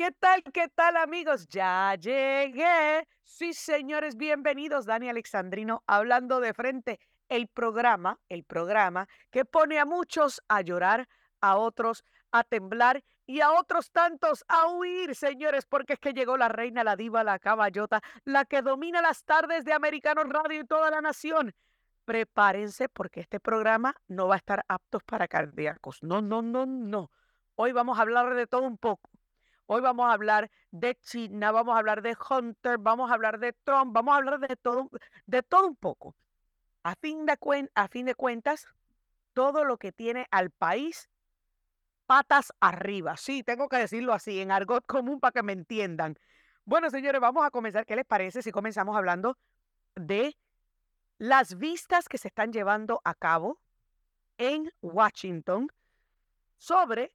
¿Qué tal, amigos? Ya llegué. Sí, señores, bienvenidos. Dani Alexandrino hablando de frente. El programa que pone a muchos a llorar, a otros a temblar y a otros tantos a huir, señores, porque es que llegó la reina, la diva, la caballota, la que domina las tardes de Americano Radio y toda la nación. Prepárense porque este programa no va a estar apto para cardíacos. No, no, no, no. Hoy vamos a hablar de todo un poco. Hoy vamos a hablar de China, vamos a hablar de Hunter, vamos a hablar de Trump, vamos a hablar de todo un poco. A fin de cuentas, todo lo que tiene al país patas arriba. Sí, tengo que decirlo así, en argot común para que me entiendan. Bueno, señores, vamos a comenzar. ¿Qué les parece si comenzamos hablando de las vistas que se están llevando a cabo en Washington sobre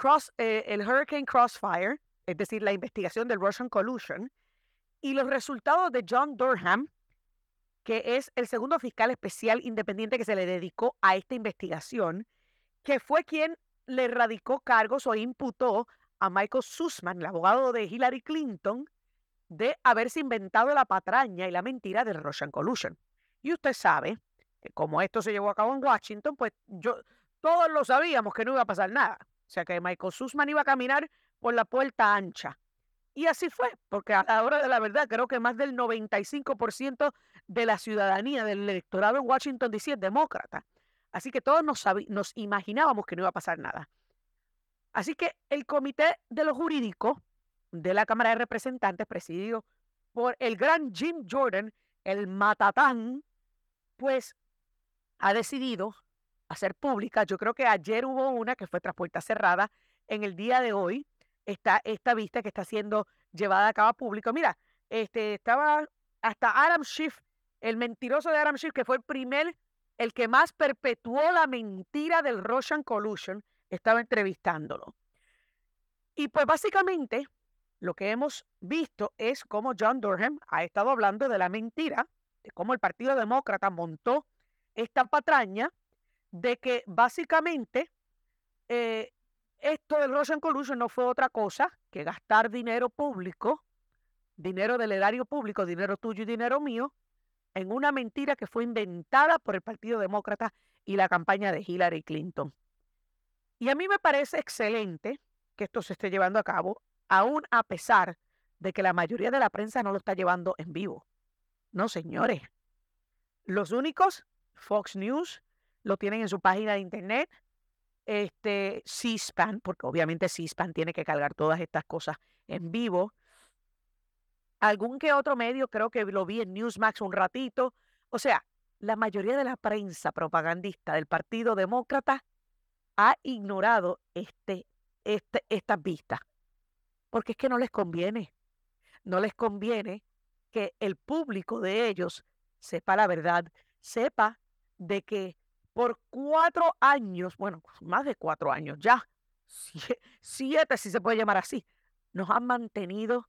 el Hurricane Crossfire, es decir, la investigación del Russian Collusion, y los resultados de John Durham, que es el segundo fiscal especial independiente que se le dedicó a esta investigación, que fue quien le radicó cargos o imputó a Michael Sussman, el abogado de Hillary Clinton, de haberse inventado la patraña y la mentira del Russian Collusion. Y usted sabe que como esto se llevó a cabo en Washington, pues todos lo sabíamos que no iba a pasar nada. O sea que Michael Sussman iba a caminar por la puerta ancha. Y así fue, porque a la hora de la verdad creo que más del 95% de la ciudadanía del electorado en Washington, D.C. es demócrata. Así que todos nos imaginábamos que no iba a pasar nada. Así que el comité de lo jurídico de la Cámara de Representantes, presidido por el gran Jim Jordan, el matatán, pues ha decidido hacer pública. Yo creo que ayer hubo una que fue tras puerta cerrada. En el día de hoy está esta vista que está siendo llevada a cabo a público. Mira, estaba hasta Adam Schiff, el mentiroso de Adam Schiff, que fue el que más perpetuó la mentira del Russian Collusion, estaba entrevistándolo. Y pues básicamente lo que hemos visto es cómo John Durham ha estado hablando de la mentira, de cómo el Partido Demócrata montó esta patraña de que básicamente eh, esto del Russian Collusion no fue otra cosa que gastar dinero público, dinero del erario público, dinero tuyo y dinero mío, en una mentira que fue inventada por el Partido Demócrata y la campaña de Hillary Clinton. Y a mí me parece excelente que esto se esté llevando a cabo, aún a pesar de que la mayoría de la prensa no lo está llevando en vivo. No, señores. Los únicos, Fox News, lo tienen en su página de internet, C-SPAN, porque obviamente C-SPAN tiene que cargar todas estas cosas en vivo. Algún que otro medio, creo que lo vi en Newsmax un ratito. O sea, la mayoría de la prensa propagandista del Partido Demócrata ha ignorado estas vistas, porque es que no les conviene. No les conviene que el público de ellos sepa la verdad, sepa de que por 4 años, bueno, más de 4 años ya, 7 si se puede llamar así, nos han mantenido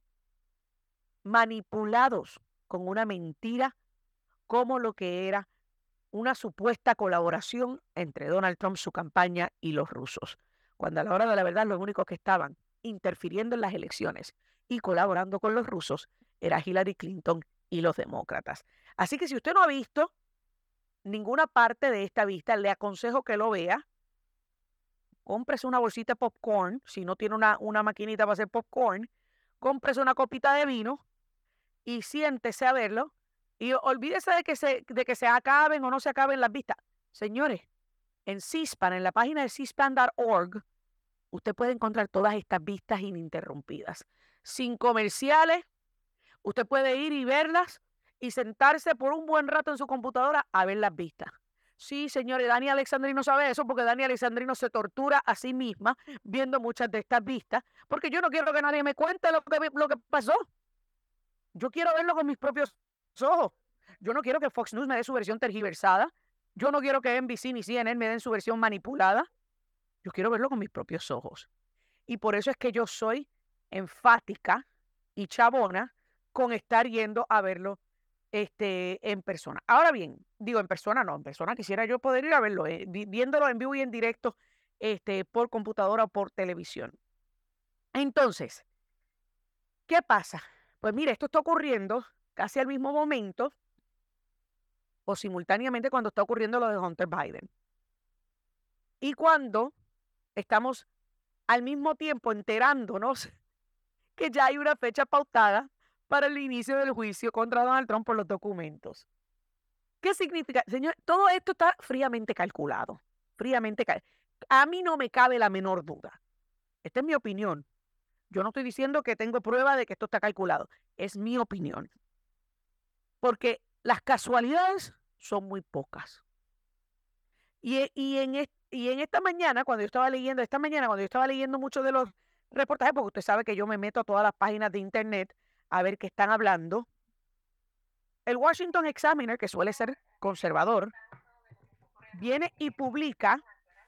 manipulados con una mentira como lo que era una supuesta colaboración entre Donald Trump, su campaña y los rusos, cuando a la hora de la verdad los únicos que estaban interfiriendo en las elecciones y colaborando con los rusos era Hillary Clinton y los demócratas. Así que si usted no ha visto ninguna parte de esta vista, le aconsejo que lo vea. Cómprese una bolsita de popcorn, si no tiene una maquinita para hacer popcorn, cómprese una copita de vino y siéntese a verlo y olvídese de que se acaben o no se acaben las vistas. Señores, en CISPAN, en la página de CISPAN.org, usted puede encontrar todas estas vistas ininterrumpidas, sin comerciales. Usted puede ir y verlas y sentarse por un buen rato en su computadora a ver las vistas. Sí, señores, Dani Alexandrino sabe eso porque Dani Alexandrino se tortura a sí misma viendo muchas de estas vistas, porque yo no quiero que nadie me cuente lo que pasó. Yo quiero verlo con mis propios ojos. Yo no quiero que Fox News me dé su versión tergiversada. Yo no quiero que NBC ni CNN me den su versión manipulada. Yo quiero verlo con mis propios ojos. Y por eso es que yo soy enfática y chabona con estar yendo a verlo en persona. Ahora bien, digo en persona, no, en persona quisiera yo poder ir a verlo, viéndolo en vivo y en directo, por computadora o por televisión. Entonces, ¿Qué pasa? Pues mire, esto está ocurriendo casi al mismo momento o simultáneamente cuando está ocurriendo lo de Hunter Biden. Y cuando estamos al mismo tiempo enterándonos que ya hay una fecha pautada para el inicio del juicio contra Donald Trump por los documentos. ¿Qué significa? Señor, todo esto está fríamente calculado. Fríamente a mí no me cabe la menor duda. Esta es mi opinión. Yo no estoy diciendo que tengo prueba de que esto está calculado. Es mi opinión. Porque las casualidades son muy pocas. Y en esta mañana, cuando yo estaba leyendo, muchos de los reportajes, porque usted sabe que yo me meto a todas las páginas de internet a ver qué están hablando, el Washington Examiner, que suele ser conservador, viene y publica,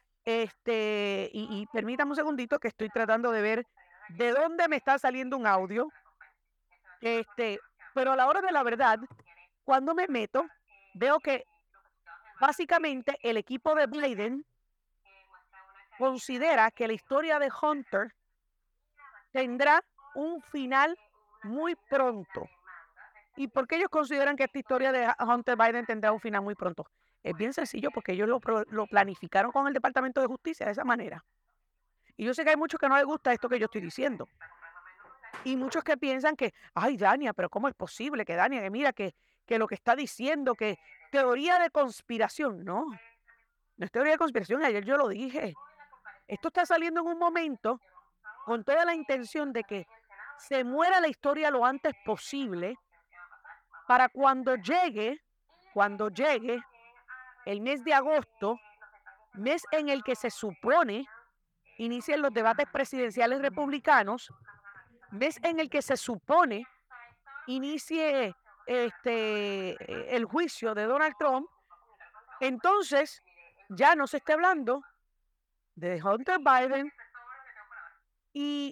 y permítame un segundito que estoy tratando de ver de dónde me está saliendo un audio, pero a la hora de la verdad, cuando me meto, veo que básicamente el equipo de Biden considera que la historia de Hunter tendrá un final muy pronto. ¿Y por qué ellos consideran que esta historia de Hunter Biden tendrá un final muy pronto? Es bien sencillo porque ellos lo planificaron con el Departamento de Justicia de esa manera. Y yo sé que hay muchos que no les gusta esto que yo estoy diciendo. Y muchos que piensan que, ay, Dania, pero ¿cómo es posible que Dania, que mira, que lo que está diciendo, que teoría de conspiración? No, no es teoría de conspiración, ayer yo lo dije. Esto está saliendo en un momento con toda la intención de que se muera la historia lo antes posible para cuando llegue el mes de agosto, mes en el que se supone inician los debates presidenciales republicanos, mes en el que se supone inicie el juicio de Donald Trump, entonces ya no se esté hablando de Hunter Biden y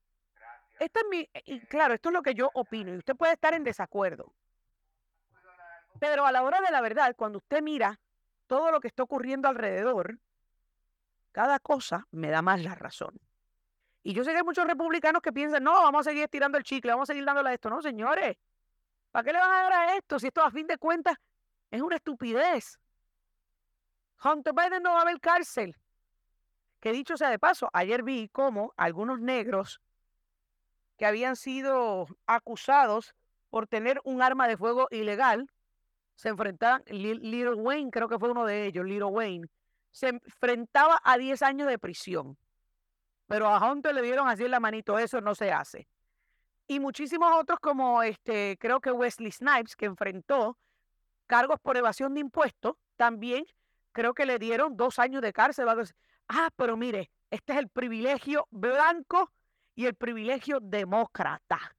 y claro, esto es lo que yo opino y usted puede estar en desacuerdo. Pero a la hora de la verdad, cuando usted mira todo lo que está ocurriendo alrededor, cada cosa me da más la razón. Y yo sé que hay muchos republicanos que piensan, no, vamos a seguir estirando el chicle, vamos a seguir dándole a esto. No, señores, ¿para qué le van a dar a esto si esto a fin de cuentas es una estupidez? Hunter Biden no va a haber cárcel. Que dicho sea de paso, ayer vi cómo algunos negros que habían sido acusados por tener un arma de fuego ilegal se enfrentaban, Little Wayne, creo que fue uno de ellos, Little Wayne, se enfrentaba a 10 años de prisión. Pero a Hunter le dieron así en la manito, eso no se hace. Y muchísimos otros como creo que Wesley Snipes, que enfrentó cargos por evasión de impuestos, también creo que le dieron 2 años de cárcel. Ah, pero mire, este es el privilegio blanco y el privilegio demócrata.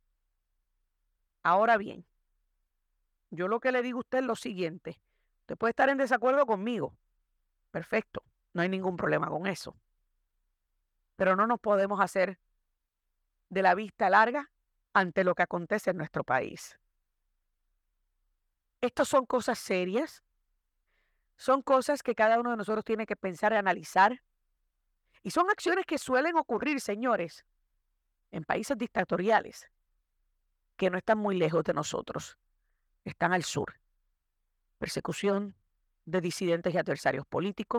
Ahora bien, yo lo que le digo a usted es lo siguiente. Usted puede estar en desacuerdo conmigo. Perfecto, no hay ningún problema con eso. Pero no nos podemos hacer de la vista larga ante lo que acontece en nuestro país. Estas son cosas serias, son cosas que cada uno de nosotros tiene que pensar y analizar. Y son acciones que suelen ocurrir, señores, en países dictatoriales que no están muy lejos de nosotros, están al sur. Persecución de disidentes y adversarios políticos,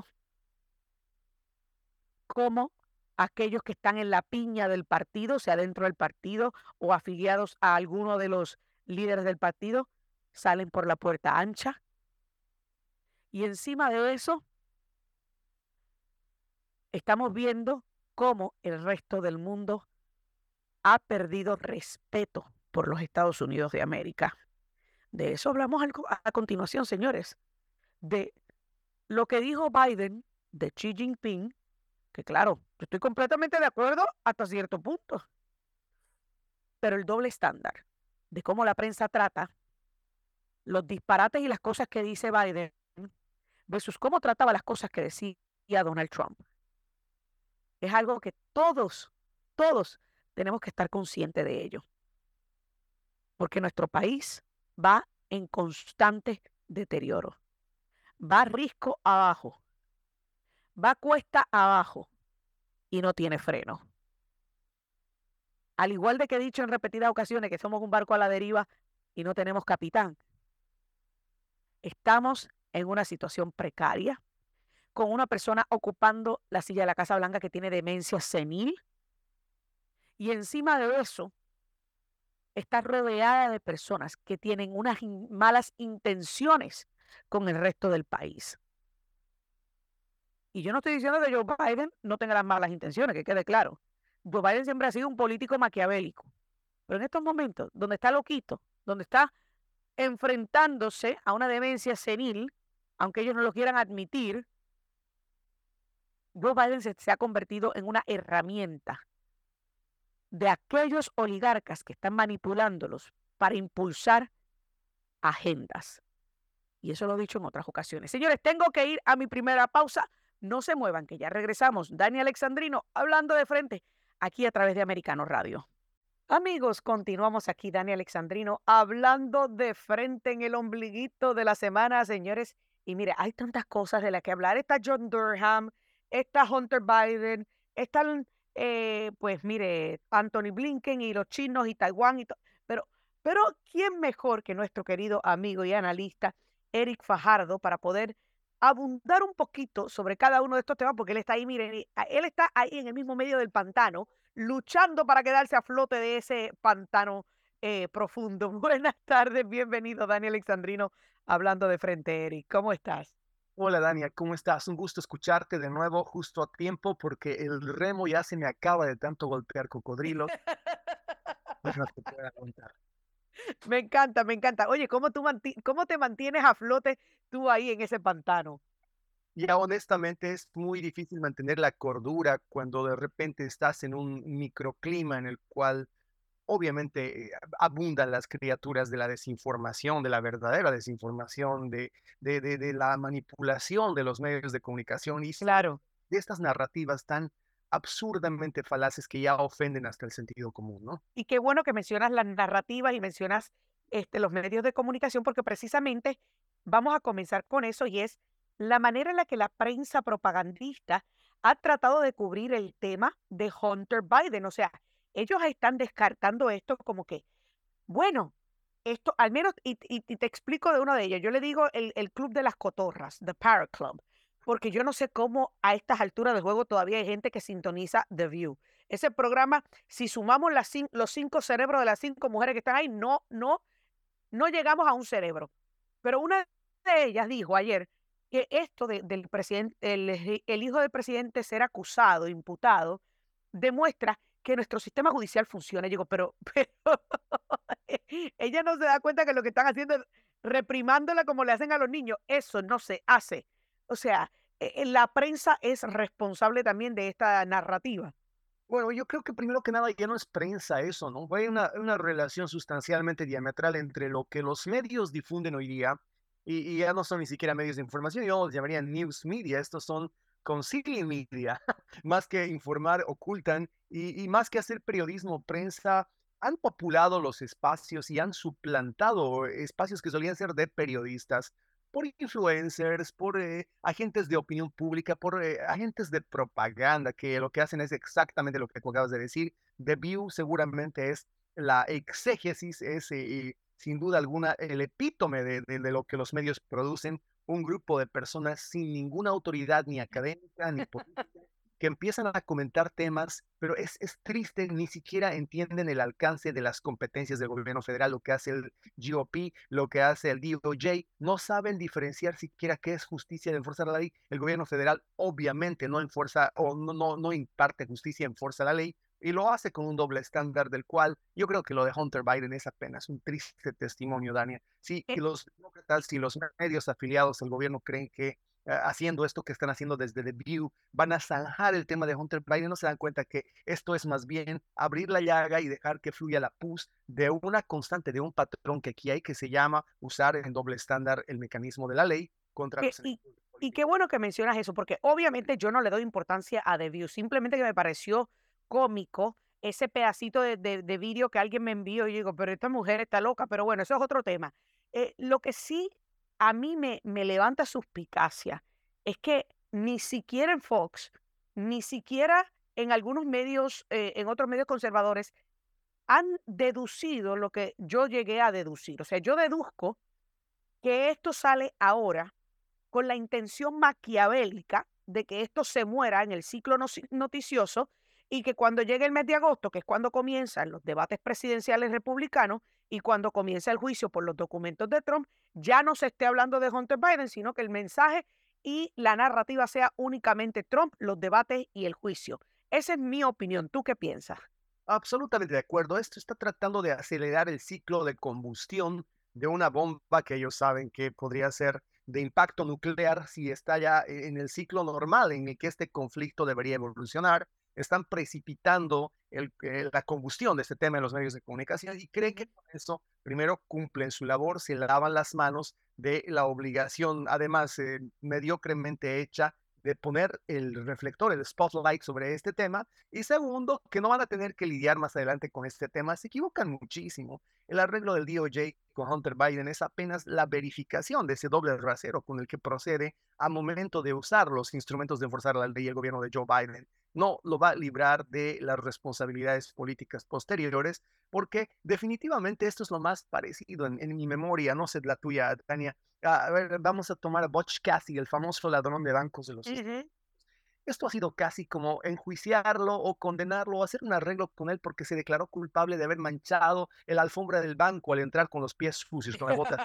como aquellos que están en la piña del partido, sea dentro del partido o afiliados a alguno de los líderes del partido, salen por la puerta ancha. Y encima de eso, estamos viendo cómo el resto del mundo ha perdido respeto por los Estados Unidos de América. De eso hablamos a continuación, señores, de lo que dijo Biden de Xi Jinping, que claro, yo estoy completamente de acuerdo hasta cierto punto, pero el doble estándar de cómo la prensa trata los disparates y las cosas que dice Biden versus cómo trataba las cosas que decía Donald Trump. Es algo que todos tenemos que estar conscientes de ello, porque nuestro país va en constante deterioro, va risco abajo, va cuesta abajo y no tiene freno. Al igual de que he dicho en repetidas ocasiones que somos un barco a la deriva y no tenemos capitán, estamos en una situación precaria con una persona ocupando la silla de la Casa Blanca que tiene demencia senil y encima de eso está rodeada de personas que tienen unas malas intenciones con el resto del país. Y yo no estoy diciendo que Joe Biden no tenga las malas intenciones, que quede claro. Joe Biden siempre ha sido un político maquiavélico. Pero en estos momentos, donde está loquito, donde está enfrentándose a una demencia senil, aunque ellos no lo quieran admitir, Joe Biden se ha convertido en una herramienta de aquellos oligarcas que están manipulándolos para impulsar agendas. Y eso lo he dicho en otras ocasiones. Señores, tengo que ir a mi primera pausa. No se muevan, que ya regresamos. Dani Alexandrino hablando de frente aquí a través de Americano Radio. Amigos, continuamos aquí, Dani Alexandrino, hablando de frente en el ombliguito de la semana, señores. Y mire, hay tantas cosas de las que hablar. Está John Durham, está Hunter Biden, están, pues mire, Anthony Blinken y los chinos y Taiwán y todo. Pero, ¿quién mejor que nuestro querido amigo y analista Eric Fajardo para poder abundar un poquito sobre cada uno de estos temas? Porque él está ahí, miren, él está ahí en el mismo medio del pantano luchando para quedarse a flote de ese pantano profundo. Buenas tardes, bienvenido Dani Alexandrino, hablando de frente, Eric. ¿Cómo estás? Hola Dania, ¿cómo estás? Un gusto escucharte de nuevo justo a tiempo porque el remo ya se me acaba de tanto golpear cocodrilos. Pues no te puedo aguantar. Me encanta, me encanta. Oye, ¿cómo te mantienes a flote tú ahí en ese pantano? Ya honestamente es muy difícil mantener la cordura cuando de repente estás en un microclima en el cual obviamente abundan las criaturas de la desinformación, de la verdadera desinformación, de la manipulación de los medios de comunicación y Claro. de estas narrativas tan absurdamente falaces que ya ofenden hasta el sentido común, ¿no? Y qué bueno que mencionas las narrativas y mencionas los medios de comunicación, porque precisamente vamos a comenzar con eso y es la manera en la que la prensa propagandista ha tratado de cubrir el tema de Hunter Biden. O sea, ellos están descartando esto como que, bueno, esto al menos, y te explico de uno de ellos. Yo le digo el club de las cotorras, The Parrot Club, porque yo no sé cómo a estas alturas del juego todavía hay gente que sintoniza The View. Ese programa, si sumamos los 5 cerebros de las 5 mujeres que están ahí, no llegamos a un cerebro. Pero una de ellas dijo ayer que esto del presidente, el hijo del presidente ser acusado, imputado, demuestra que nuestro sistema judicial funciona. Y digo, pero ella no se da cuenta que lo que están haciendo es reprimándola como le hacen a los niños. Eso no se hace. O sea, la prensa es responsable también de esta narrativa. Bueno, yo creo que primero que nada ya no es prensa eso, ¿no? Hay una relación sustancialmente diametral entre lo que los medios difunden hoy día y ya no son ni siquiera medios de información, yo los llamaría news media, estos son consiglio media, más que informar, ocultan y más que hacer periodismo, prensa, han populado los espacios y han suplantado espacios que solían ser de periodistas por influencers, por agentes de opinión pública, por agentes de propaganda, que lo que hacen es exactamente lo que tú acabas de decir. The View seguramente es la exégesis, es sin duda alguna el epítome de lo que los medios producen, un grupo de personas sin ninguna autoridad ni académica ni política que empiezan a comentar temas, pero es triste, ni siquiera entienden el alcance de las competencias del gobierno federal, lo que hace el GOP, lo que hace el DOJ, no saben diferenciar siquiera qué es justicia de enforzar la ley. El gobierno federal obviamente no enforza o no imparte justicia, enforza la ley y lo hace con un doble estándar del cual yo creo que lo de Hunter Biden es apenas un triste testimonio, Dania. Sí, Eh, que los demócratas y los medios afiliados al gobierno creen que haciendo esto que están haciendo desde The View, van a zanjar el tema de Hunter Biden, no se dan cuenta que esto es más bien abrir la llaga y dejar que fluya la pus de una constante, de un patrón que aquí hay, que se llama usar en doble estándar el mecanismo de la ley contra que- los y, enemigos y qué políticos. bueno que mencionas eso, porque obviamente yo no le doy importancia a The View, simplemente que me pareció cómico ese pedacito de vídeo que alguien me envió y yo digo, pero esta mujer está loca, pero bueno, eso es otro tema. Lo que sí a mí me levanta suspicacia es que ni siquiera en Fox, ni siquiera en algunos medios, en otros medios conservadores, han deducido lo que yo llegué a deducir. O sea, yo deduzco que esto sale ahora con la intención maquiavélica de que esto se muera en el ciclo noticioso y que cuando llegue el mes de agosto, que es cuando comienzan los debates presidenciales republicanos y cuando comienza el juicio por los documentos de Trump, ya no se esté hablando de Hunter Biden, sino que el mensaje y la narrativa sea únicamente Trump, los debates y el juicio. Esa es mi opinión. ¿Tú qué piensas? Absolutamente de acuerdo. Esto está tratando de acelerar el ciclo de combustión de una bomba que ellos saben que podría ser de impacto nuclear si está ya en el ciclo normal en el que este conflicto debería evolucionar. Están precipitando la combustión de este tema en los medios de comunicación y creen que Ujú. con eso primero cumplen su labor, se lavan las manos de la obligación, además mediocremente hecha, de poner el reflector, el spotlight sobre este tema y segundo, que no van a tener que lidiar más adelante con este tema. Se equivocan muchísimo. El arreglo del DOJ con Hunter Biden es apenas la verificación de ese doble rasero con el que procede a momento de usar los instrumentos de enforzar la ley el gobierno de Joe Biden. No lo va a librar de las responsabilidades políticas posteriores, porque definitivamente esto es lo más parecido en mi memoria, no sé la tuya, Tania. A ver, vamos a tomar a Butch Cassidy, el famoso ladrón de bancos de los Ujú. esto ha sido casi como enjuiciarlo o condenarlo o hacer un arreglo con él porque se declaró culpable de haber manchado la alfombra del banco al entrar con los pies sucios, con las botas.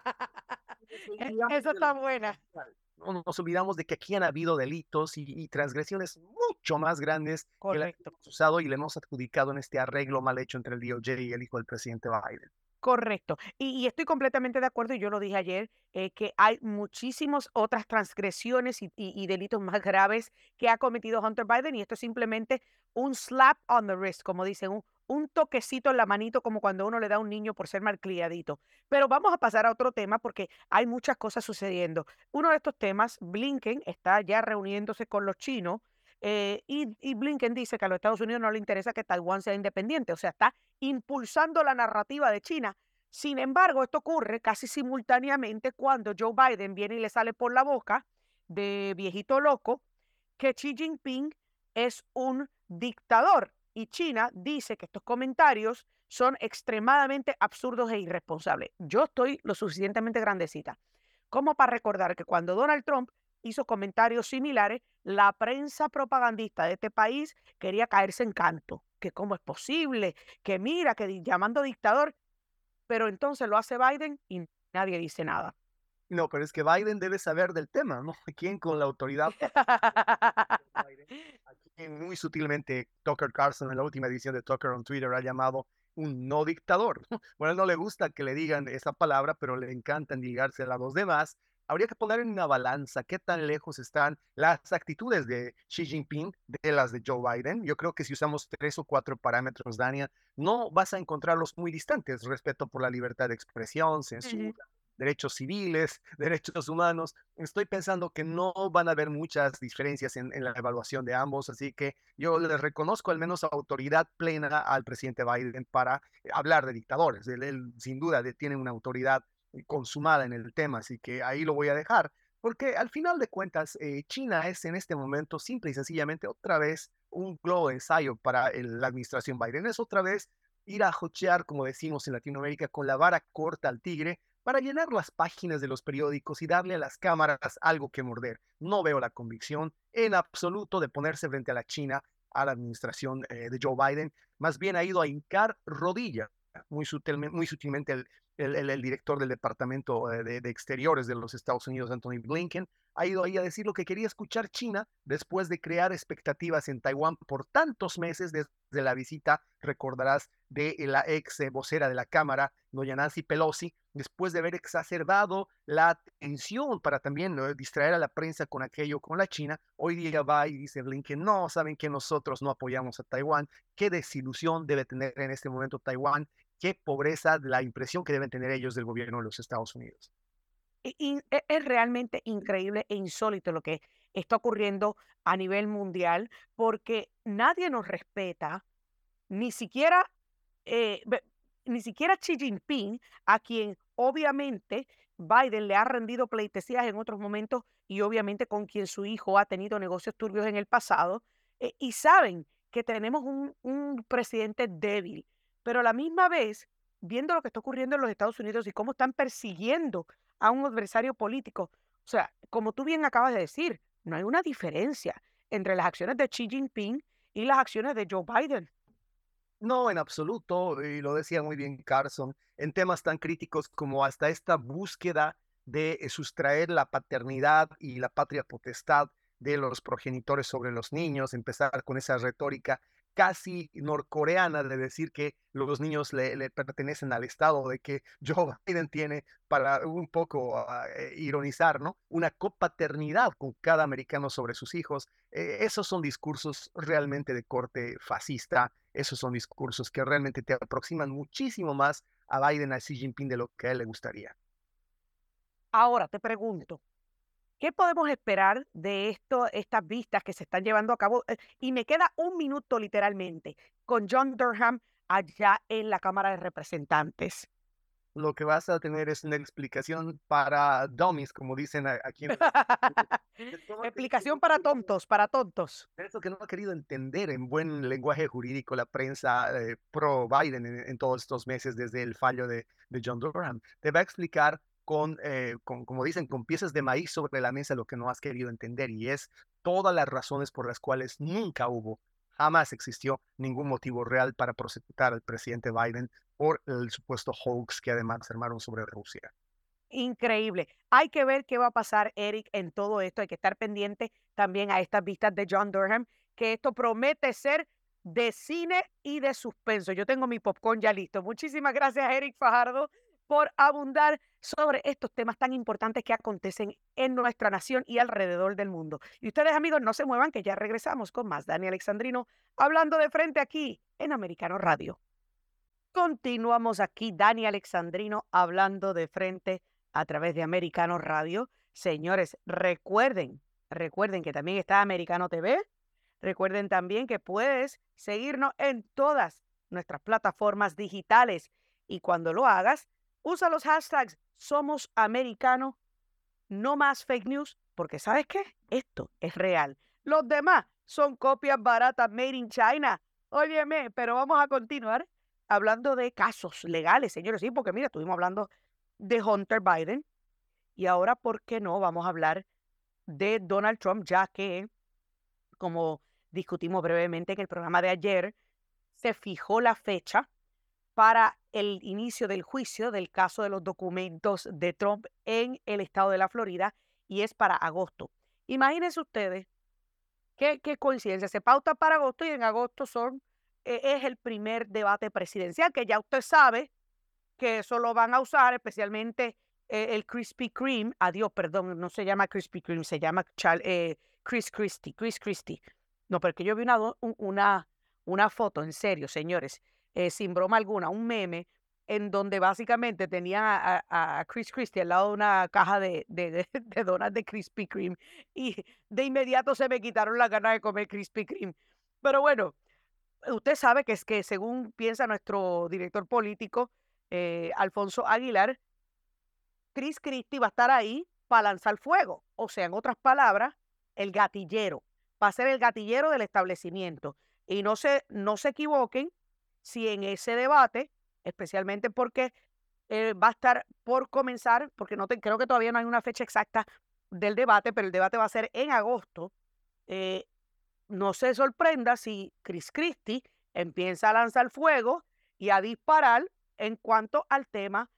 Nos olvidamos Esa de la está buena. no nos olvidamos de que aquí han habido delitos y transgresiones mucho más grandes que las que Correcto. hemos usado y le hemos adjudicado en este arreglo mal hecho entre el DOJ y el hijo del presidente Biden. Correcto. Y estoy completamente de acuerdo, y yo lo dije ayer, que hay muchísimas otras transgresiones y delitos más graves que ha cometido Hunter Biden, y esto es simplemente un slap on the wrist, como dicen, un toquecito en la manito, como cuando uno le da a un niño por ser malcriadito. Pero vamos a pasar a otro tema porque hay muchas cosas sucediendo. Uno de estos temas, Blinken está ya reuniéndose con los chinos, y Blinken dice que a los Estados Unidos no le interesa que Taiwán sea independiente, o sea, está impulsando la narrativa de China. Sin embargo, esto ocurre casi simultáneamente cuando Joe Biden viene y le sale por la boca de viejito loco que Xi Jinping es un dictador y China dice que estos comentarios son extremadamente absurdos e irresponsables. Yo estoy lo suficientemente grandecita como para recordar que cuando Donald Trump hizo comentarios similares, la prensa propagandista de este país quería caerse en canto, que cómo es posible, que mira, que llamando dictador, pero entonces lo hace Biden y nadie dice nada. No, pero es que Biden debe saber del tema, ¿no? ¿Quién con la autoridad Biden, a quien muy sutilmente Tucker Carlson en la última edición de Tucker on Twitter ha llamado un no dictador? Bueno, a él no le gusta que le digan esa palabra, pero le encantan ligarse a los demás. Habría que poner en una balanza qué tan lejos están las actitudes de Xi Jinping de las de Joe Biden. Yo creo que si usamos 3 o 4 parámetros, Dania, no vas a encontrarlos muy distantes. Respeto por la libertad de expresión, Ujú. censura, derechos civiles, derechos humanos. Estoy pensando que no van a haber muchas diferencias en la evaluación de ambos, así que yo les reconozco al menos autoridad plena al presidente Biden para hablar de dictadores. Él sin duda tiene una autoridad consumada en el tema, así que ahí lo voy a dejar, porque al final de cuentas China es en este momento simple y sencillamente otra vez un globo de ensayo para la administración Biden. Es otra vez ir a jochear, como decimos en Latinoamérica, con la vara corta al tigre para llenar las páginas de los periódicos y darle a las cámaras algo que morder. No veo la convicción en absoluto de ponerse frente a la China, a la administración de Joe Biden. Más bien ha ido a hincar rodilla muy sutilmente el director del Departamento de Exteriores de los Estados Unidos, Anthony Blinken, ha ido ahí a decir lo que quería escuchar China después de crear expectativas en Taiwán por tantos meses desde la visita, recordarás, de la ex vocera de la Cámara, doña Nancy Pelosi, después de haber exacerbado la tensión para también distraer a la prensa con aquello con la China, hoy día va y dice Blinken, no, saben que nosotros no apoyamos a Taiwán, qué desilusión debe tener en este momento Taiwán, qué pobreza la impresión que deben tener ellos del gobierno de los Estados Unidos. Es realmente increíble e insólito lo que está ocurriendo a nivel mundial porque nadie nos respeta, ni siquiera, ni siquiera Xi Jinping, a quien obviamente Biden le ha rendido pleitesías en otros momentos y obviamente con quien su hijo ha tenido negocios turbios en el pasado, y saben que tenemos un presidente débil. pero a la misma vez, viendo lo que está ocurriendo en los Estados Unidos y cómo están persiguiendo a un adversario político, o sea, como tú bien acabas de decir, no hay una diferencia entre las acciones de Xi Jinping y las acciones de Joe Biden. No, en absoluto, y lo decía muy bien Carson, en temas tan críticos como hasta esta búsqueda de sustraer la paternidad y la patria potestad de los progenitores sobre los niños, empezar con esa retórica casi norcoreana de decir que los niños le pertenecen al Estado, de que Joe Biden tiene, para un poco ironizar, ¿no? Una copaternidad con cada americano sobre sus hijos. Esos son discursos realmente de corte fascista. Esos son discursos que realmente te aproximan muchísimo más a Biden, a Xi Jinping, de lo que a él le gustaría. Ahora te pregunto, ¿qué podemos esperar de estas vistas que se están llevando a cabo? Y me queda un minuto literalmente con John Durham allá en la Cámara de Representantes. Lo que vas a tener es una explicación para dummies, como dicen aquí en los Estados Unidos. Es todo Explicación para tontos, para tontos. eso que no ha querido entender en buen lenguaje jurídico la prensa pro Biden en todos estos meses desde el fallo de John Durham. Te va a explicar como dicen, con piezas de maíz sobre la mesa lo que no has querido entender y es todas las razones por las cuales nunca hubo, jamás existió ningún motivo real para prosecutar al presidente Biden por el supuesto hoax que además armaron sobre Rusia. Increíble. Hay que ver qué va a pasar, Eric, en todo esto. Hay que estar pendiente también a estas vistas de John Durham, que esto promete ser de cine y de suspenso. Yo tengo mi popcorn ya listo. Muchísimas gracias, Eric Fajardo, por abundar sobre estos temas tan importantes que acontecen en nuestra nación y alrededor del mundo. Y ustedes, amigos, no se muevan, que ya regresamos con más Dani Alexandrino hablando de frente aquí en Americano Radio. Continuamos aquí, Dani Alexandrino, hablando de frente a través de Americano Radio. Señores, recuerden que también está Americano TV. Recuerden también que puedes seguirnos en todas nuestras plataformas digitales. Y cuando lo hagas, usa los hashtags Somos Americano, no más fake news, porque ¿sabes qué? Esto es real. Los demás son copias baratas made in China. Óyeme, pero vamos a continuar hablando de casos legales, señores. Sí, porque mira, estuvimos hablando de Hunter Biden y ahora, ¿por qué no? Vamos a hablar de Donald Trump, ya que, como discutimos brevemente en el programa de ayer, se fijó la fecha para el inicio del juicio del caso de los documentos de Trump en el estado de la Florida y es para agosto. Imagínense ustedes qué coincidencia, se pauta para agosto y en agosto es el primer debate presidencial, que ya usted sabe que eso lo van a usar, especialmente el Krispy Kreme. Adiós, perdón, no se llama Krispy Kreme, se llama Chris Christie. No, porque yo vi una foto, en serio, señores, sin broma alguna, un meme en donde básicamente tenían a Chris Christie al lado de una caja de donas de Krispy Kreme y de inmediato se me quitaron las ganas de comer Krispy Kreme. Pero bueno, usted sabe que es que según piensa nuestro director político, Alfonso Aguilar, Chris Christie va a estar ahí para lanzar fuego. O sea, en otras palabras, el gatillero. Va a ser el gatillero del establecimiento. Y no se equivoquen si en ese debate, especialmente porque va a estar por comenzar, porque creo que todavía no hay una fecha exacta del debate, pero el debate va a ser en agosto. eh, no se sorprenda si Chris Christie empieza a lanzar fuego y a disparar en cuanto al tema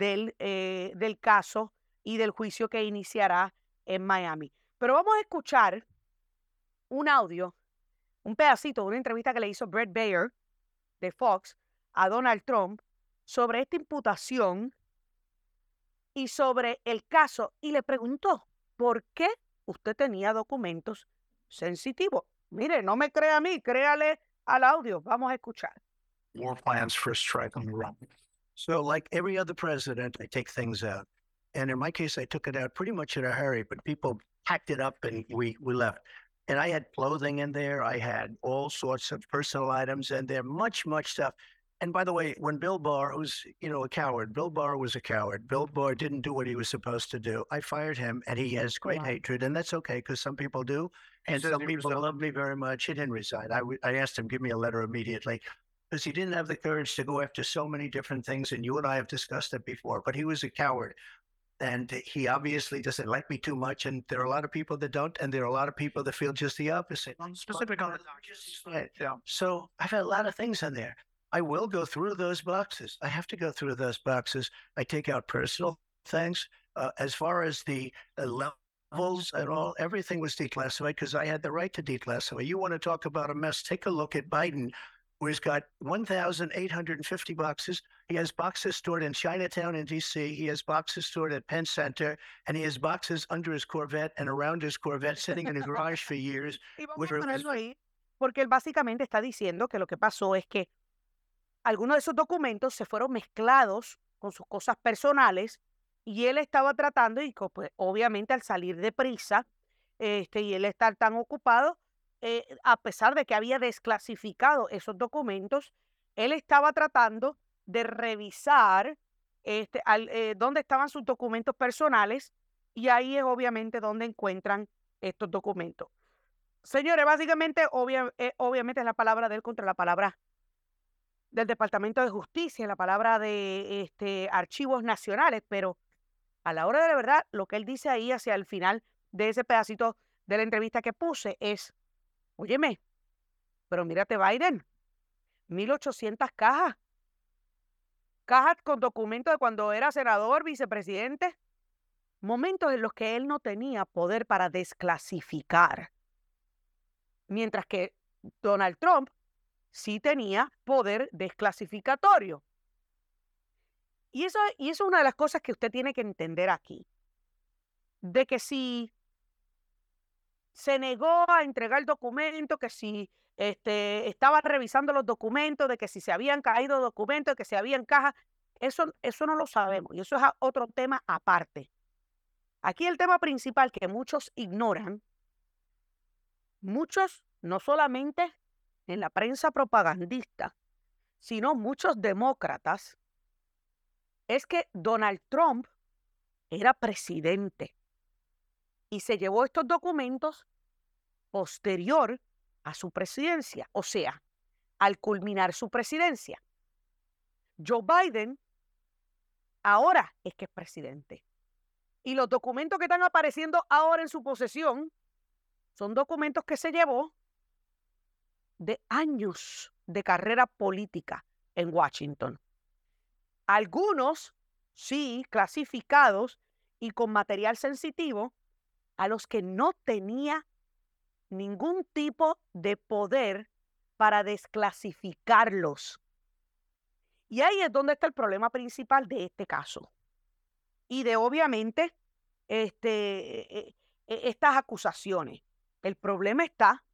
del caso y del juicio que iniciará en Miami. Pero vamos a escuchar un audio, un pedacito de una entrevista que le hizo Brett Baer de Fox a Donald Trump sobre esta imputación y sobre el caso y le preguntó por qué usted tenía documentos sensitivos. Mire, no me crea a mí, créale al audio. Vamos a escuchar. War plans for a strike on Iran. So, like every other president, I take things out. And in my case, I took it out pretty much in a hurry, but people packed it up and we left. And I had clothing in there. I had all sorts of personal items in there, much stuff. And by the way, when Bill Barr, who's, a coward, Bill Barr was a coward. Bill Barr didn't do what he was supposed to do. I fired him and he has great Wow. hatred. And that's okay because some people do. And Says some he people resigned. love me very much. He didn't resign. I asked him, give me a letter immediately. because he didn't have the courage to go after so many different things. And you and I have discussed it before, but he was a coward. And he obviously doesn't like me too much. And there are a lot of people that don't. And there are a lot of people that feel just the opposite. Specific on Right. yeah. So I've had a lot of things in there. I will go through those boxes. I have to go through those boxes. I take out personal things. As far as the levels and all, everything was declassified because I had the right to declassify. You want to talk about a mess? Take a look at Biden, where he's got 1,850 boxes. He has boxes stored in Chinatown in D.C. He has boxes stored at Penn Center, and he has boxes under his Corvette and around his Corvette sitting in a garage for years. Y vamos With a ponerlo ahí, porque él básicamente está diciendo que lo que pasó es que algunos de esos documentos se fueron mezclados con sus cosas personales y él estaba tratando, y pues, obviamente al salir de prisa, y él estar tan ocupado, a pesar de que había desclasificado esos documentos, él estaba tratando de revisar dónde estaban sus documentos personales, y ahí es obviamente donde encuentran estos documentos. Señores, básicamente, obviamente es la palabra de él contra la palabra del Departamento de Justicia, la palabra de archivos nacionales, pero a la hora de la verdad, lo que él dice ahí hacia el final de ese pedacito de la entrevista que puse es, óyeme, pero mírate Biden, 1,800 cajas, cajas con documentos de cuando era senador, vicepresidente, momentos en los que él no tenía poder para desclasificar, mientras que Donald Trump sí tenía poder desclasificatorio. Y eso es una de las cosas que usted tiene que entender aquí, de que si se negó a entregar documentos, que si estaba revisando los documentos, de que si se habían caído documentos, de que si habían cajas, eso no lo sabemos y eso es otro tema aparte. Aquí el tema principal que muchos ignoran, muchos no solamente en la prensa propagandista, sino muchos demócratas, es que Donald Trump era presidente y se llevó estos documentos posterior a su presidencia, o sea, al culminar su presidencia. Joe Biden ahora es que es presidente. Y los documentos que están apareciendo ahora en su posesión son documentos que se llevó de años de carrera política en Washington. Algunos, sí, clasificados y con material sensitivo, a los que no tenía ningún tipo de poder para desclasificarlos. Y ahí es donde está el problema principal de este caso. Y de obviamente estas acusaciones. El problema está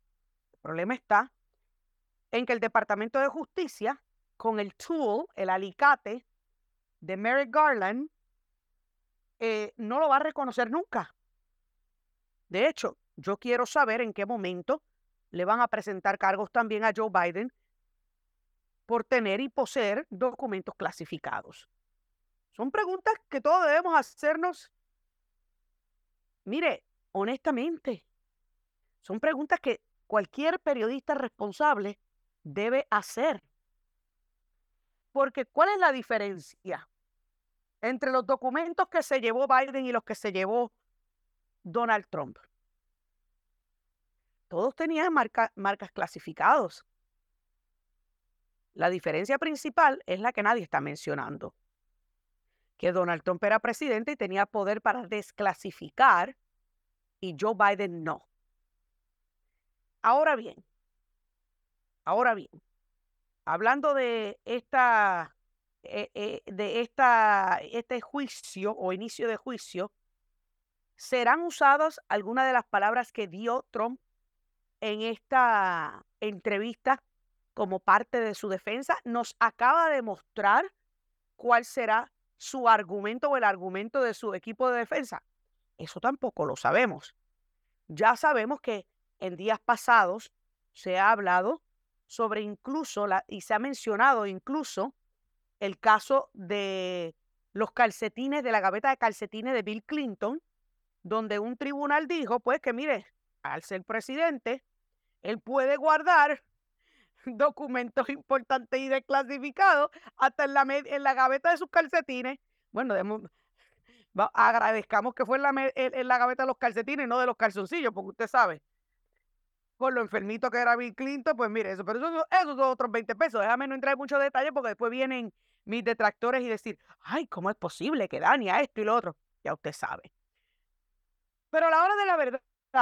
en que el Departamento de Justicia, con el tool, el alicate de Merrick Garland, no lo va a reconocer nunca. De hecho, yo quiero saber en qué momento le van a presentar cargos también a Joe Biden por tener y poseer documentos clasificados. Son preguntas que todos debemos hacernos. Mire, honestamente, son preguntas que cualquier periodista responsable debe hacer. Porque ¿cuál es la diferencia entre los documentos que se llevó Biden y los que se llevó Donald Trump? Todos tenían marcas clasificados. La diferencia principal es la que nadie está mencionando. Que Donald Trump era presidente y tenía poder para desclasificar y Joe Biden no. Ahora bien, hablando de este juicio o inicio de juicio, ¿serán usadas algunas de las palabras que dio Trump en esta entrevista como parte de su defensa? Nos acaba de mostrar cuál será su argumento o el argumento de su equipo de defensa. Eso tampoco lo sabemos. Ya sabemos que en días pasados se ha hablado sobre incluso y se ha mencionado incluso el caso de los calcetines, de la gaveta de calcetines de Bill Clinton, donde un tribunal dijo, pues que mire, al ser presidente, él puede guardar documentos importantes y desclasificados hasta en la gaveta de sus calcetines. Bueno, agradezcamos que fue en la gaveta de los calcetines, no de los calzoncillos, porque usted sabe, por lo enfermito que era Bill Clinton, pues mire eso, pero esos son otros 20 pesos. Déjame no entrar en muchos detalles porque después vienen mis detractores y decir, ay, ¿cómo es posible que Dani a esto y lo otro? Ya usted sabe. Pero a la hora de la verdad,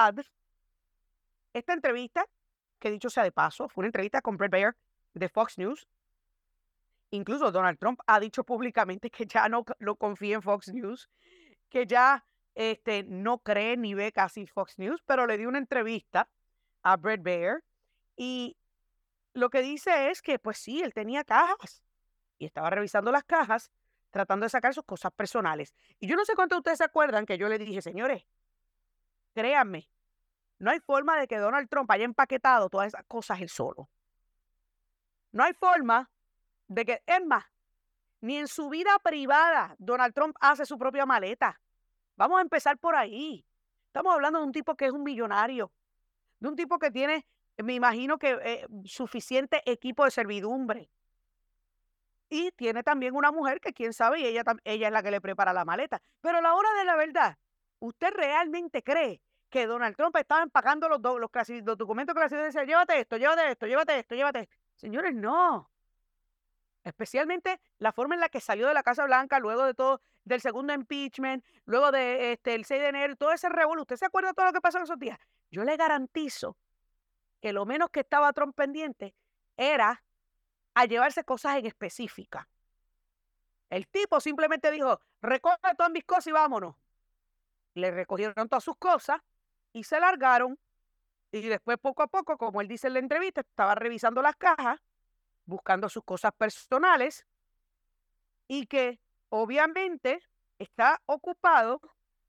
esta entrevista, que dicho sea de paso, fue una entrevista con Bret Baier de Fox News. Incluso Donald Trump ha dicho públicamente que ya no confía en Fox News, que ya no cree ni ve casi Fox News, pero le dio una entrevista a Bret Baier y lo que dice es que, pues sí, él tenía cajas y estaba revisando las cajas tratando de sacar sus cosas personales. Y yo no sé cuántos de ustedes se acuerdan que yo le dije, señores, créanme, no hay forma de que Donald Trump haya empaquetado todas esas cosas él solo. No hay forma de que, es más, ni en su vida privada Donald Trump hace su propia maleta. Vamos a empezar por ahí. Estamos hablando de un tipo que es un millonario, de un tipo que tiene, me imagino que suficiente equipo de servidumbre. Y tiene también una mujer que quién sabe, y ella es la que le prepara la maleta. Pero a la hora de la verdad, ¿usted realmente cree que Donald Trump estaba empacando los documentos clasificados y decía, llévate esto, llévate esto, llévate esto, llévate esto? Señores, no. Especialmente la forma en la que salió de la Casa Blanca luego de todo, del segundo impeachment, luego de el 6 de enero, todo ese revuelo. ¿Usted se acuerda de todo lo que pasó en esos días? Yo le garantizo que lo menos que estaba Trump pendiente era a llevarse cosas en específica. El tipo simplemente dijo, recoge todas mis cosas y vámonos. Le recogieron todas sus cosas y se largaron. Y después, poco a poco, como él dice en la entrevista, estaba revisando las cajas, buscando sus cosas personales y que obviamente está ocupado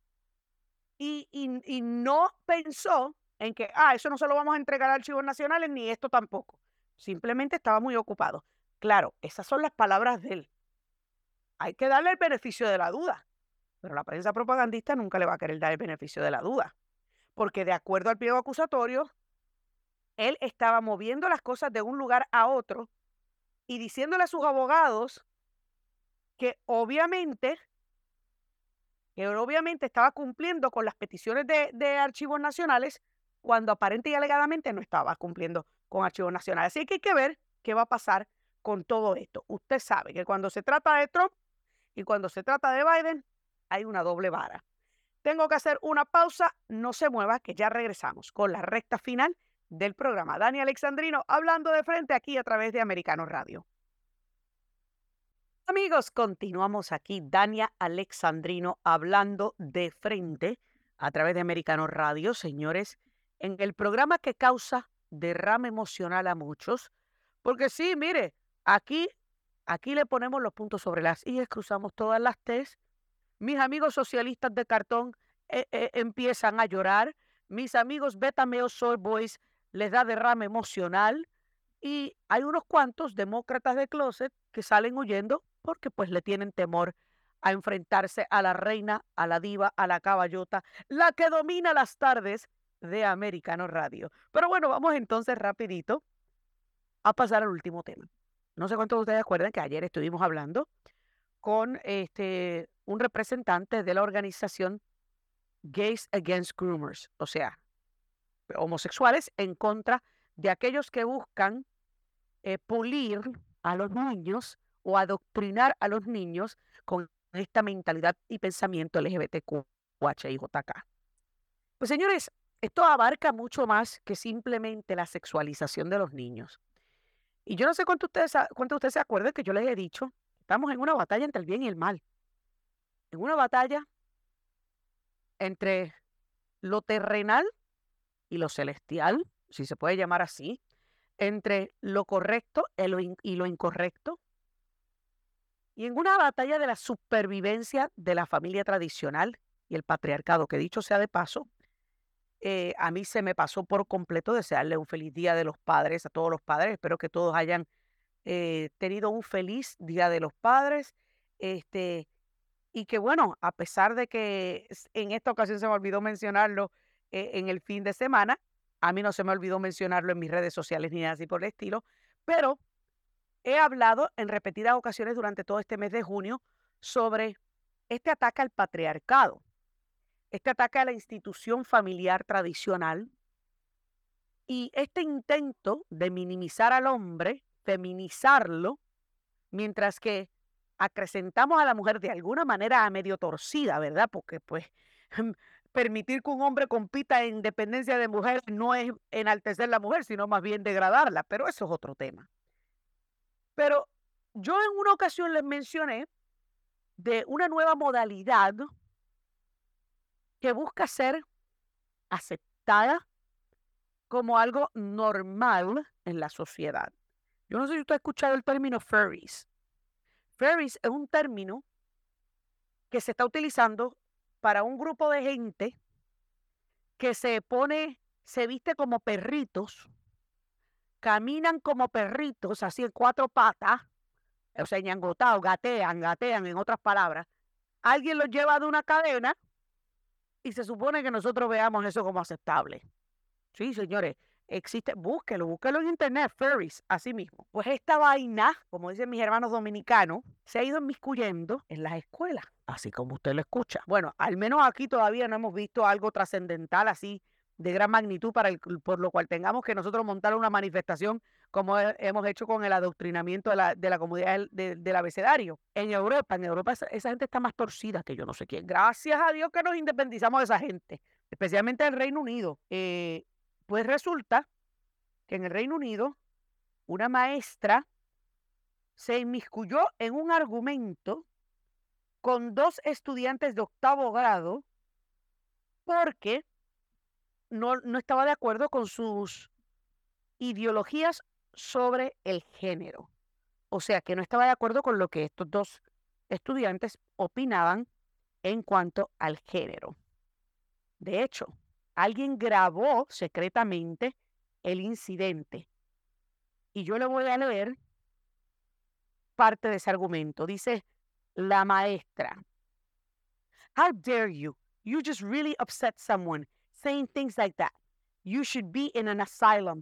y no pensó en que, eso no se lo vamos a entregar a archivos nacionales ni esto tampoco. Simplemente estaba muy ocupado. Claro, esas son las palabras de él. Hay que darle el beneficio de la duda, pero la prensa propagandista nunca le va a querer dar el beneficio de la duda, porque de acuerdo al pliego acusatorio, él estaba moviendo las cosas de un lugar a otro y diciéndole a sus abogados que obviamente estaba cumpliendo con las peticiones de archivos nacionales cuando aparente y alegadamente no estaba cumpliendo con archivos nacionales. Así que hay que ver qué va a pasar con todo esto. Usted sabe que cuando se trata de Trump y cuando se trata de Biden, hay una doble vara. Tengo que hacer una pausa, no se mueva, que ya regresamos con la recta final del programa. Dani Alexandrino hablando de frente aquí a través de Americano Radio. Amigos, continuamos aquí. Dania Alexandrino hablando de frente a través de Americano Radio, señores, en el programa que causa derrame emocional a muchos. Porque sí, mire, aquí le ponemos los puntos sobre las i's, cruzamos todas las t's. Mis amigos socialistas de cartón empiezan a llorar. Mis amigos Beta Male Soy Boys les da derrame emocional. Y hay unos cuantos demócratas de closet que salen huyendo porque pues le tienen temor a enfrentarse a la reina, a la diva, a la caballota, la que domina las tardes de Americano Radio. Pero bueno, vamos entonces rapidito a pasar al último tema. No sé cuántos de ustedes acuerdan que ayer estuvimos hablando con un representante de la organización Gays Against Groomers, o sea, homosexuales en contra de aquellos que buscan pulir a los niños o adoctrinar a los niños con esta mentalidad y pensamiento LGBTQHIJK. Pues señores, esto abarca mucho más que simplemente la sexualización de los niños. Y yo no sé cuánto ustedes se acuerdan que yo les he dicho, estamos en una batalla entre el bien y el mal. En una batalla entre lo terrenal y lo celestial, si se puede llamar así, entre lo correcto y lo incorrecto, y en una batalla de la supervivencia de la familia tradicional y el patriarcado, que dicho sea de paso, a mí se me pasó por completo desearle un feliz Día de los Padres a todos los padres. Espero que todos hayan tenido un feliz Día de los Padres. Y que bueno, a pesar de que en esta ocasión se me olvidó mencionarlo en el fin de semana, a mí no se me olvidó mencionarlo en mis redes sociales ni nada así por el estilo, Pero he hablado en repetidas ocasiones durante todo este mes de junio sobre este ataque al patriarcado, este ataque a la institución familiar tradicional y este intento de minimizar al hombre, feminizarlo, mientras que acrecentamos a la mujer de alguna manera a medio torcida, ¿verdad? Porque pues permitir que un hombre compita en dependencia de mujer no es enaltecer la mujer, sino más bien degradarla, pero eso es otro tema. Pero yo en una ocasión les mencioné de una nueva modalidad que busca ser aceptada como algo normal en la sociedad. Yo no sé si usted ha escuchado el término furries. Furries es un término que se está utilizando para un grupo de gente que se viste como perritos, caminan como perritos, así en cuatro patas, o sea, ñangotados, gatean, en otras palabras. Alguien los lleva de una cadena y se supone que nosotros veamos eso como aceptable. Sí, señores, existe, búsquelo en internet, furries, así mismo. Pues esta vaina, como dicen mis hermanos dominicanos, se ha ido inmiscuyendo en las escuelas, así como usted lo escucha. Bueno, al menos aquí todavía no hemos visto algo trascendental así de gran magnitud por lo cual tengamos que nosotros montar una manifestación como hemos hecho con el adoctrinamiento de la comunidad del abecedario. En Europa esa gente está más torcida que yo no sé quién. Gracias a Dios que nos independizamos de esa gente, especialmente el Reino Unido. Pues resulta que en el Reino Unido una maestra se inmiscuyó en un argumento con dos estudiantes de 8º grado porque no estaba de acuerdo con sus ideologías sobre el género. O sea, que no estaba de acuerdo con lo que estos dos estudiantes opinaban en cuanto al género. De hecho, alguien grabó secretamente el incidente. Y yo le voy a leer parte de ese argumento. Dice la maestra, "How dare you? You just really upset someone saying things like that. You should be in an asylum."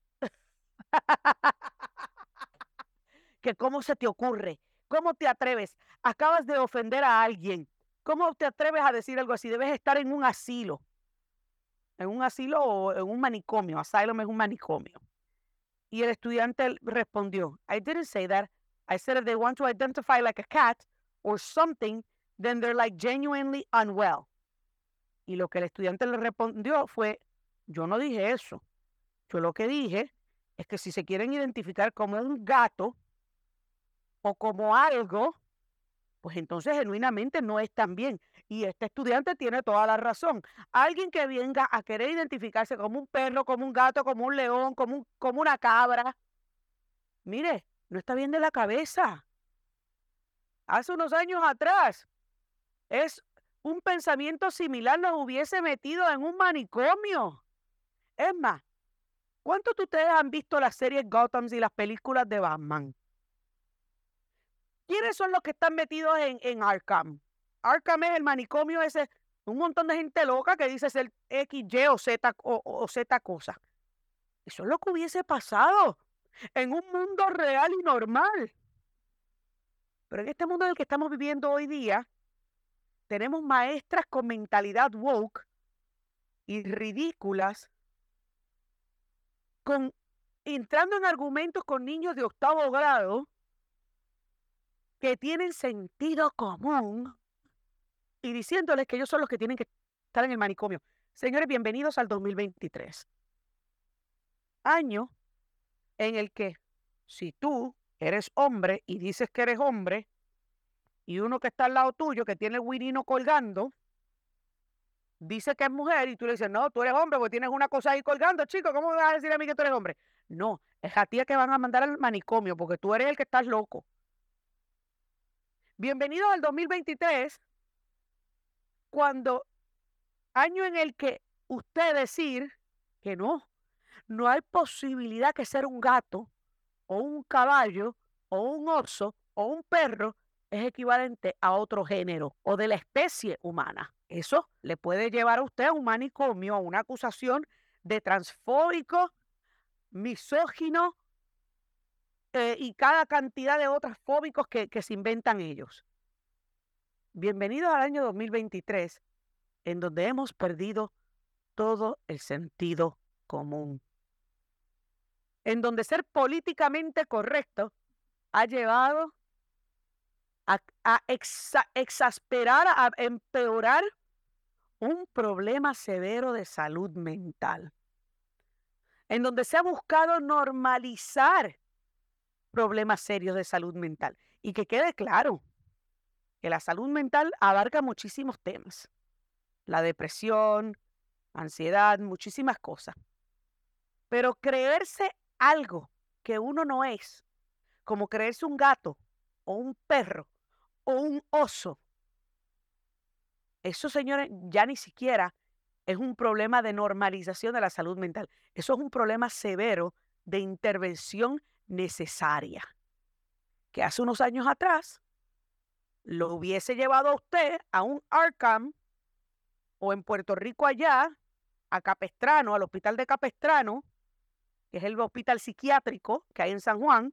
Que cómo se te ocurre, cómo te atreves, acabas de ofender a alguien, cómo te atreves a decir algo así, debes estar en un asilo o en un manicomio. Asylum es un manicomio. Y el estudiante respondió, "I didn't say that. I said if they want to identify like a cat or something, then they're like genuinely unwell." Y lo que el estudiante le respondió fue, "Yo no dije eso. Yo lo que dije es que si se quieren identificar como un gato o como algo, pues entonces genuinamente no están bien." Y este estudiante tiene toda la razón. Alguien que venga a querer identificarse como un perro, como un gato, como un león, como una cabra, mire, no está bien de la cabeza. Hace unos años atrás, es un pensamiento similar nos hubiese metido en un manicomio. Es más, ¿cuántos de ustedes han visto las series Gotham y las películas de Batman? ¿Quiénes son los que están metidos en Arkham? Arkham es el manicomio ese, un montón de gente loca que dice ser X, Y o Z o Z cosa. Eso es lo que hubiese pasado en un mundo real y normal. Pero en este mundo en el que estamos viviendo hoy día, tenemos maestras con mentalidad woke y ridículas, entrando en argumentos con niños de 8º grado que tienen sentido común y diciéndoles que ellos son los que tienen que estar en el manicomio. Señores, bienvenidos al 2023. Año en el que si tú eres hombre y dices que eres hombre y uno que está al lado tuyo que tiene el winino colgando dice que es mujer y tú le dices, "No, tú eres hombre porque tienes una cosa ahí colgando, chico, ¿cómo me vas a decir a mí que tú eres hombre?" No, es a ti que van a mandar al manicomio porque tú eres el que estás loco. Bienvenidos al 2023, cuando año en el que usted decir que no hay posibilidad que ser un gato o un caballo o un oso o un perro es equivalente a otro género o de la especie humana. Eso le puede llevar a usted a un manicomio, a una acusación de transfóbico, misógino y cada cantidad de otros fóbicos que se inventan ellos. Bienvenidos al año 2023, en donde hemos perdido todo el sentido común, en donde ser políticamente correcto ha llevado a exasperar, a empeorar un problema severo de salud mental, en donde se ha buscado normalizar problemas serios de salud mental. Y que quede claro que la salud mental abarca muchísimos temas, la depresión, ansiedad, muchísimas cosas. Pero creerse algo que uno no es, como creerse un gato o un perro o un oso, eso, señores, ya ni siquiera es un problema de normalización de la salud mental. Eso es un problema severo de intervención necesaria, que hace unos años atrás lo hubiese llevado a usted a un ARCAM o en Puerto Rico allá, a Capestrano, al hospital de Capestrano, que es el hospital psiquiátrico que hay en San Juan,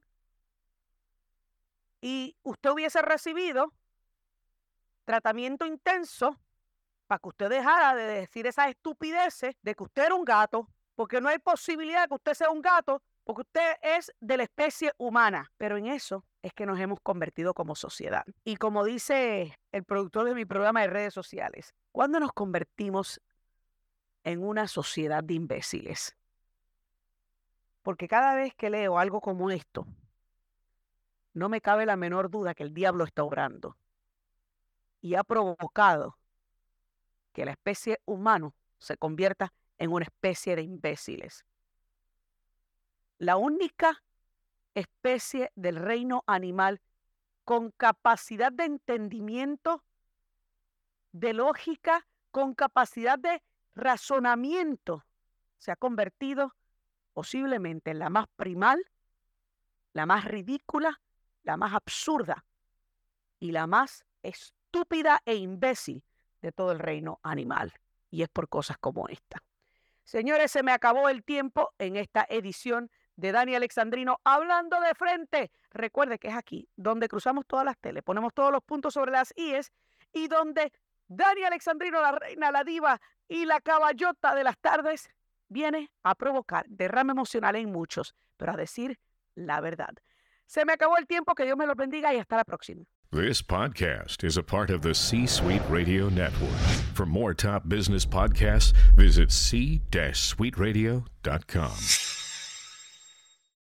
y usted hubiese recibido tratamiento intenso para que usted dejara de decir esas estupideces de que usted era un gato, porque no hay posibilidad de que usted sea un gato, porque usted es de la especie humana. Pero en eso es que nos hemos convertido como sociedad. Y como dice el productor de mi programa de redes sociales, ¿cuándo nos convertimos en una sociedad de imbéciles? Porque cada vez que leo algo como esto, no me cabe la menor duda que el diablo está obrando y ha provocado que la especie humana se convierta en una especie de imbéciles. La única especie del reino animal con capacidad de entendimiento, de lógica, con capacidad de razonamiento, se ha convertido posiblemente en la más primal, la más ridícula, la más absurda y la más estúpida e imbécil de todo el reino animal. Y es por cosas como esta. Señores, se me acabó el tiempo en esta edición de Dani Alexandrino Hablando de Frente. Recuerde que es aquí donde cruzamos todas las teles, ponemos todos los puntos sobre las íes y donde Dani Alexandrino, la reina, la diva y la caballota de las tardes, viene a provocar derrame emocional en muchos, pero a decir la verdad. Se me acabó el tiempo, que Dios me lo bendiga y hasta la próxima. This podcast is a part of the C-Suite Radio Network. For more top business podcasts, visit c-suiteradio.com.